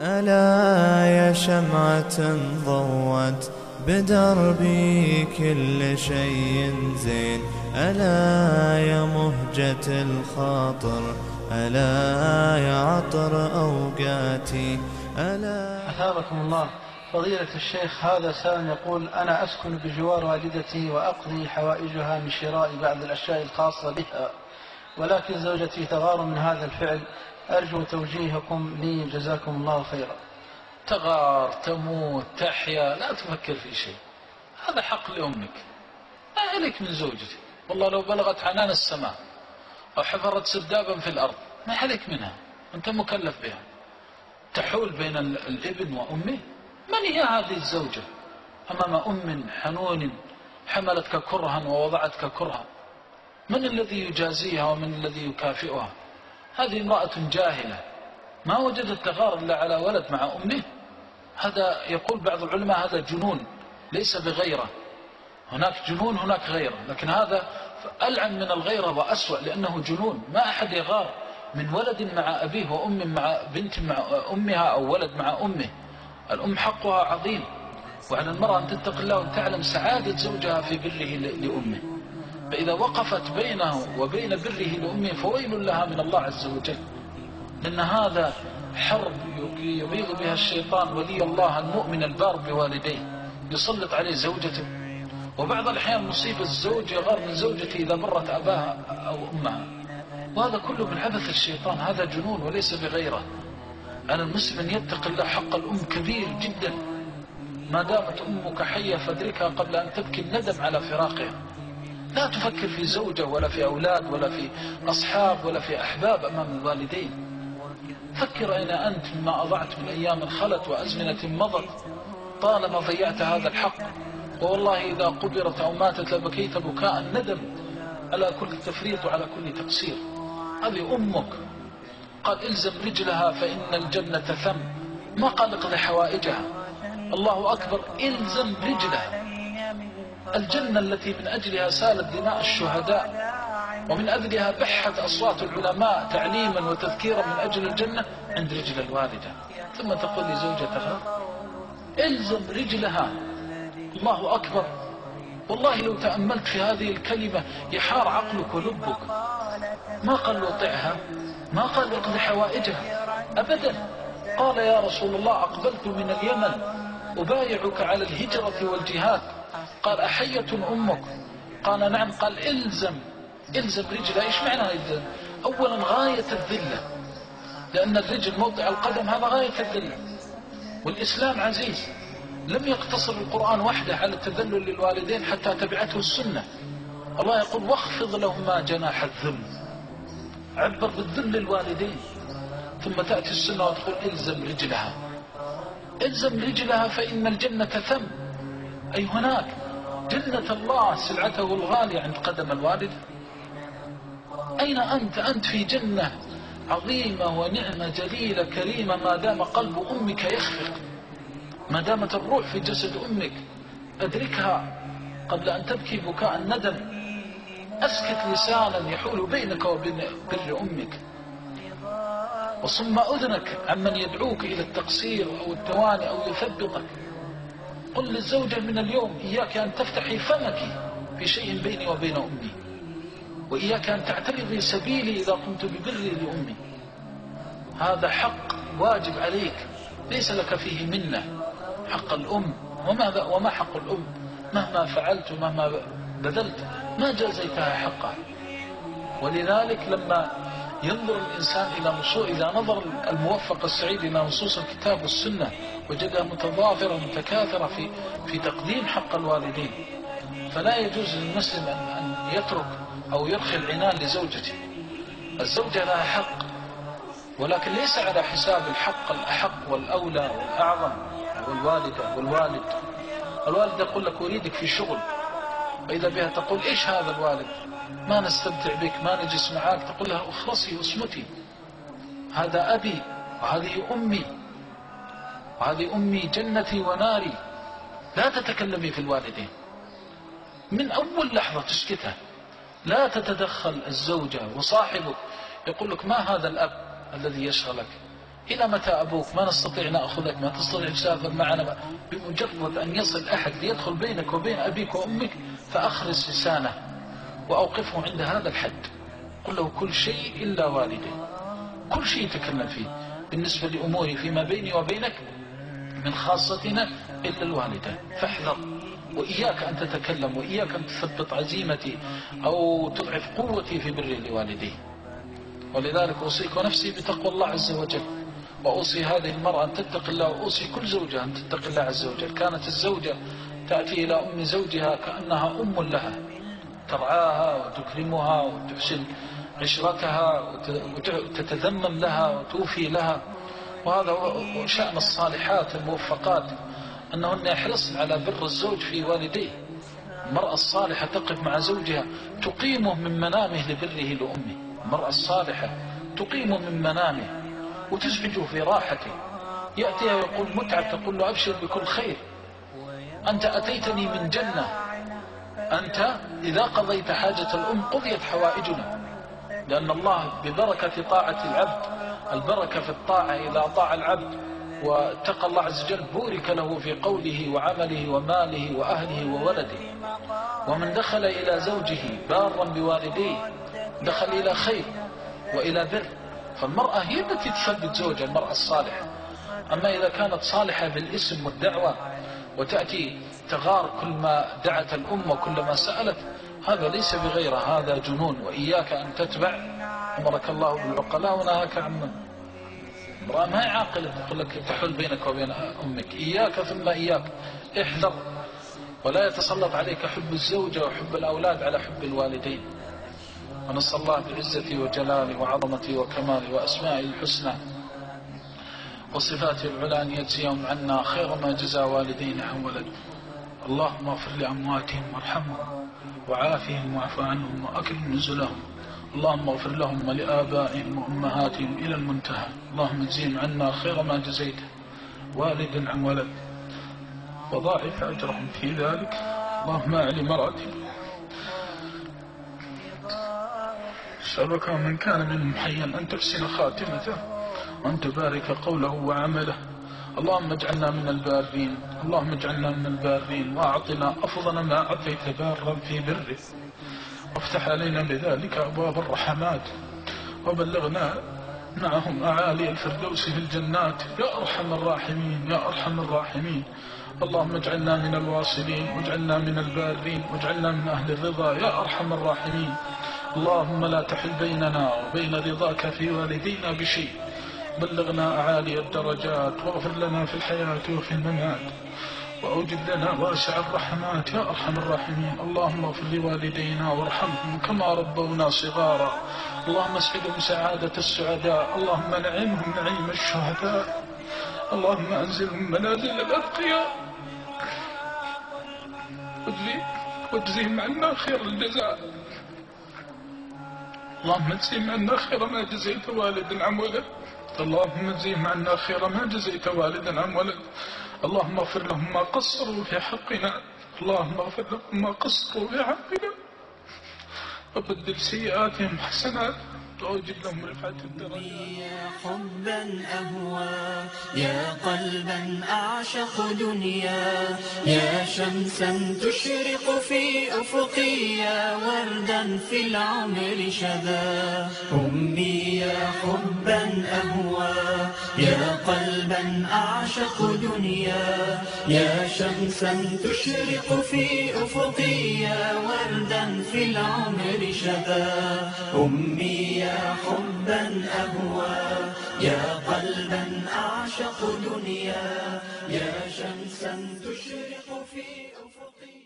ألا يا شمعة ضوت بدربي كل شيء زين، ألا يا مهجة الخاطر، ألا يا عطر أوقاتي، ألا. أثابكم الله. فضيلة الشيخ، هذا سائل يقول: أنا أسكن بجوار والدتي وأقضي حوائجها من شراء بعض الأشياء الخاصة بها، ولكن زوجتي تغار من هذا الفعل، أرجو توجيهكم لي جزاكم الله خيرا. تغار، تموت، تحيا، لا تفكر في شيء، هذا حق لأمك، ما عليك من زوجتك. والله لو بلغت عنان السماء أو حفرت سردابا في الأرض ما عليك منها، أنت مكلف بها. تحول بين الابن وأمه، من هي هذه الزوجة أمام أم حنون حملتك كرها ووضعتك كرها؟ من الذي يجازيها ومن الذي يكافئها؟ هذه امرأة جاهلة ما وجدت تغار إلا على ولد مع أمه. هذا يقول بعض العلماء هذا جنون ليس بغيرة. هناك جنون هناك غيرة، لكن هذا ألعن من الغيرة وأسوأ، لأنه جنون. ما أحد يغار من ولد مع أبيه وأم مع بنت مع أمها أو ولد مع أمه. الأم حقها عظيم، وعلى المرأة أن تتق الله وأن تعلم سعادة زوجها في بره لأمه. فإذا وقفت بينه وبين بره لأمه فويل لها من الله عز وجل، لأن هذا حرب يغيظ بها الشيطان ولي الله المؤمن البار بوالديه، يسلط عليه زوجته. وبعض الأحيان مصيبة الزوج يغار من زوجته إذا مرت أباها أو أمها، وهذا كله من عبث الشيطان. هذا جنون وليس بغيره. على المسلم أن يتق الله. حق الأم كبير جدا، ما دامت أمك حية فادركها قبل أن تبكي الندم على فراقها. لا تفكر في زوجة ولا في أولاد ولا في أصحاب ولا في أحباب أمام الوالدين. فكر أين أنت مما أضعت من أيام خلت وأزمنة مضت، طالما ضيعت هذا الحق. والله إذا قبرت أو ماتت لبكيت بكاء الندم على كل تفريط وعلى كل تقصير. هذه أمك، قال إلزم رجلها فإن الجنة ثم، ما قال اقضي حوائجها. الله أكبر، إلزم رجلها. الجنة التي من أجلها سالت دماء الشهداء ومن أجلها بحت أصوات العلماء تعليما وتذكيرا من أجل الجنة عند رجل الوالدة، ثم تقول لزوجتها إلزم رجلها. الله أكبر. والله لو تأملت في هذه الكلمة يحار عقلك ولبك. ما قال له طعها، ما قال اقضي حوائجها أبدا. قال يا رسول الله أقبلت من اليمن أبايعك على الهجرة والجهاد. قال أحية أمك؟ قال نعم. قال إلزم رجلها. إيش معنى إلزم؟ أولا غاية الذلة، لأن الرجل موضع القدم هذا غاية الذلة. والإسلام عزيز، لم يقتصر القرآن وحده على التذلل للوالدين حتى تبعته السنة. الله يقول واخفض لهما جناح الذل، عبر بالذل للوالدين. ثم تأتي السنة وتقول إلزم رجلها. إلزم رجلها فإن الجنة ثم، أي هناك جنة الله سلعته الغالية عند قدم الوالد. أين أنت؟ أنت في جنة عظيمة ونعمة جليلة كريمة ما دام قلب أمك يخفق، ما دامت الروح في جسد أمك. أدركها قبل أن تبكي بكاء الندم. أسكت لسانا يحول بينك وبين بر أمك، وصم أذنك عمن يدعوك إلى التقصير أو التواني أو يثبطك. قل للزوجة من اليوم إياك أن تفتحي فمك في شيء بيني وبين أمي، وإياك أن تعترضي سبيلي إذا قمت ببري لأمي. هذا حق واجب عليك، ليس لك فيه منة. حق الأم، وما حق الأم؟ مهما فعلت ومهما بذلت ما جازيتها حقها. ولذلك لما ينظر الإنسان إذا نظر الموفق السعيد إلى نصوص الكتاب والسنة وجدها متضافرة متكاثرة في تقديم حق الوالدين، فلا يجوز للمسلم أن يترك أو يرخي العنان لزوجته. الزوجة لها حق، ولكن ليس على حساب الحق الأحق والأولى والأعظم والوالدة والوالد. الوالد يقول لك أريدك في شغل، وإذا بها تقول إيش هذا الوالد؟ ما نستمتع بك، ما نجلس معاك. تقول لها اخلصي واسمتي، هذا أبي وهذه أمي جنتي وناري. لا تتكلمي في الوالدين من أول لحظة، تسكتها. لا تتدخل الزوجة. وصاحبك يقول لك ما هذا الأب الذي يشغلك؟ إلى متى أبوك؟ ما نستطيع نأخذك، ما تستطيع تسافر معنا. بمجرد أن يصل أحد ليدخل بينك وبين أبيك وأمك فأخرس لسانه وأوقفه عند هذا الحد. قل له كل شيء إلا والدي، كل شيء يتكلم فيه بالنسبة لأموري فيما بيني وبينك من خاصتنا إلا الوالدين، فاحذر وإياك أن تتكلم، وإياك أن تثبط عزيمتي أو تضعف قوتي في بري لوالدي. ولذلك أوصيك ونفسي بتقوى الله عز وجل، وأوصي هذه المرأة أن تتق الله، وأوصي كل زوجة أن تتق الله عز وجل. كانت الزوجة تأتي إلى أم زوجها كأنها أم لها، ترعاها وتكرمها وتحسن عشرتها وتتذمم لها وتوفي لها. وهذا هو شأن الصالحات الموفقات، أنهن يحرصن على بر الزوج في والديه. المرأة الصالحة تقف مع زوجها تقيمه من منامه لبره لأمه. المرأة الصالحة تقيمه من منامه وتزعجه في راحته، يأتيها ويقول متعب، تقول له أبشر بكل خير، أنت أتيتني من جنة، أنت إذا قضيت حاجة الأم قضيت حوائجنا. لأن الله ببركة طاعة العبد، البركة في الطاعة، إذا طاع العبد واتقى الله عز وجل بورك له في قوله وعمله وماله وأهله وولده. ومن دخل إلى زوجه بارا بوالديه دخل إلى خير وإلى بر. فالمرأة هي التي تثبت زوجها، المرأة الصالحة. أما إذا كانت صالحة بالاسم والدعوة وتأتي تغار كل ما دعت الأم وكل ما سألت، هذا ليس بغيره، هذا جنون. وإياك أن تتبع أمرك الله بالعقلاء ونهاك عن من. امرأة ما هي عاقلة تقول لك تحول بينك وبين أمك. إياك ثم إياك، احذر، ولا يتسلط عليك حب الزوجة وحب الأولاد على حب الوالدين. ونسأل الله بعزتي وجلالي وعظمتي وكمالي وأسمائي الحسنى وصفاته العلى أن يجزيهم عنا خير ما جزى والدين عن ولد. اللهم اغفر لأمواتهم وارحمهم وعافهم واعف عنهم وأكرم نزلهم. اللهم اغفر لهم ولآبائهم وأمهاتهم إلى المنتهى. اللهم اجزيهم عنا خير ما جزيت والد عن ولد وضاعف أجرهم في ذلك. اللهم أعلي مرأتهم أسألك من كان منهم حيا أن تحسن خاتمته وأن تبارك قوله وعمله. اللهم اجعلنا من البارين، اللهم اجعلنا من البارين، وأعطنا أفضل ما أعطيت بارا في بره، وافتح علينا بذلك أبواب الرحمات، وبلغنا معهم أعالي الفردوس في الجنات يا أرحم الراحمين يا أرحم الراحمين. اللهم اجعلنا من الواصلين، واجعلنا من البارين، واجعلنا من أهل الرضا يا أرحم الراحمين. اللهم لا تحل بيننا وبين رضاك في والدينا بشيء، بلغنا أعالي الدرجات، واغفر لنا في الحياة وفي الممات، وأوجد لنا واسع الرحمات يا أرحم الراحمين. اللهم اغفر لوالدينا وارحمهم كما ربونا صغارا. اللهم اسعدهم سعادة السعداء، اللهم نعمهم نعيم الشهداء، اللهم أنزلهم منازل الأتقياء، واجزهم عنا خير الجزاء. اللهم اجزهم عنا خير ما جزيت والد عن ولد، اللهم اجزهم عنا خير ما جزيت والدا عن ولد. اللهم اغفر لهم ما قصروا في حقنا، اللهم اغفر لهم ما قصروا في حقنا، وبدل سيئاتهم حسنات، وأوجب لهم رفعة الدرجات. يا حبا أهوى، يا قلبا أعشق دنيا، يا شمسا تشرق في أفقي، يا وردا في العمر شذا. أمي يا حبا أهوى، يا قلبا أعشق دنيا، يا شمسا تشرق في أفقي، يا وردا في العمر شذا. أمي يا حبا أهوى، يا قلبا أعشق دنيا، يا شمسا تشرق في أفقي.